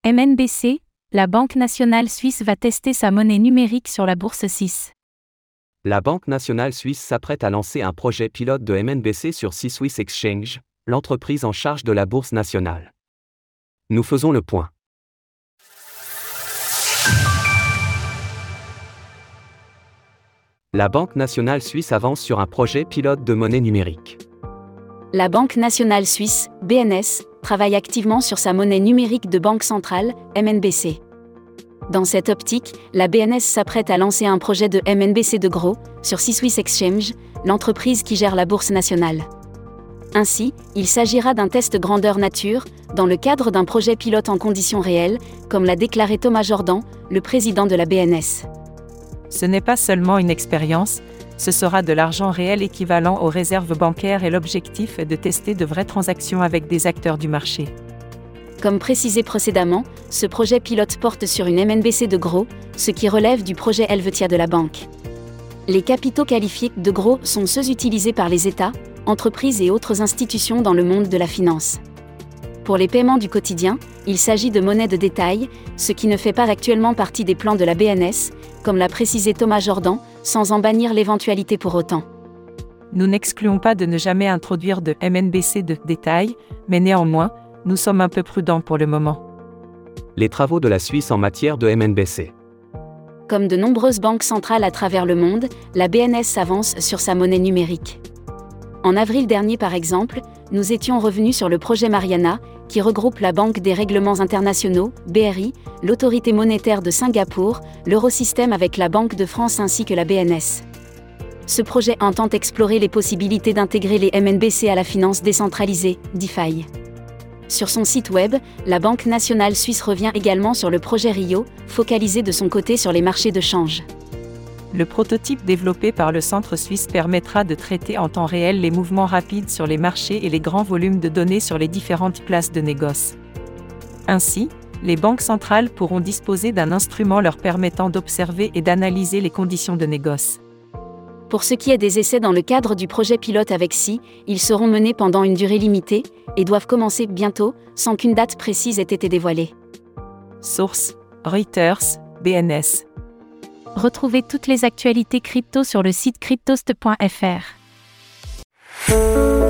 MNBC, la Banque nationale suisse va tester sa monnaie numérique sur la bourse 6. La Banque nationale suisse s'apprête à lancer un projet pilote de MNBC sur Swiss Exchange, l'entreprise en charge de la bourse nationale. Nous faisons le point. La Banque nationale suisse avance sur un projet pilote de monnaie numérique. La Banque nationale suisse, BNS, travaille activement sur sa monnaie numérique de banque centrale, MNBC. Dans cette optique, la BNS s'apprête à lancer un projet de MNBC de gros, sur Swiss Exchange, l'entreprise qui gère la bourse nationale. Ainsi, il s'agira d'un test grandeur nature, dans le cadre d'un projet pilote en conditions réelles, comme l'a déclaré Thomas Jordan, le président de la BNS. Ce n'est pas seulement une expérience, ce sera de l'argent réel équivalent aux réserves bancaires et l'objectif est de tester de vraies transactions avec des acteurs du marché. Comme précisé précédemment, ce projet pilote porte sur une MNBC de gros, ce qui relève du projet Helvetia de la banque. Les capitaux qualifiés de gros sont ceux utilisés par les États, entreprises et autres institutions dans le monde de la finance. Pour les paiements du quotidien, il s'agit de monnaie de détail, ce qui ne fait pas actuellement partie des plans de la BNS, comme l'a précisé Thomas Jordan, sans en bannir l'éventualité pour autant. Nous n'excluons pas de ne jamais introduire de MNBC de détail, mais néanmoins, nous sommes un peu prudents pour le moment. Les travaux de la Suisse en matière de MNBC. Comme de nombreuses banques centrales à travers le monde, la BNS s'avance sur sa monnaie numérique. En avril dernier par exemple, nous étions revenus sur le projet Mariana, qui regroupe la Banque des règlements internationaux, BRI, l'autorité monétaire de Singapour, l'Eurosystème avec la Banque de France ainsi que la BNS. Ce projet entend explorer les possibilités d'intégrer les MNBC à la finance décentralisée, DeFi. Sur son site web, la Banque nationale suisse revient également sur le projet Rio, focalisé de son côté sur les marchés de change. Le prototype développé par le Centre suisse permettra de traiter en temps réel les mouvements rapides sur les marchés et les grands volumes de données sur les différentes places de négoce. Ainsi, les banques centrales pourront disposer d'un instrument leur permettant d'observer et d'analyser les conditions de négoce. Pour ce qui est des essais dans le cadre du projet pilote avec SI, ils seront menés pendant une durée limitée et doivent commencer bientôt, sans qu'une date précise ait été dévoilée. Source: Reuters, BNS. Retrouvez toutes les actualités crypto sur le site cryptost.fr.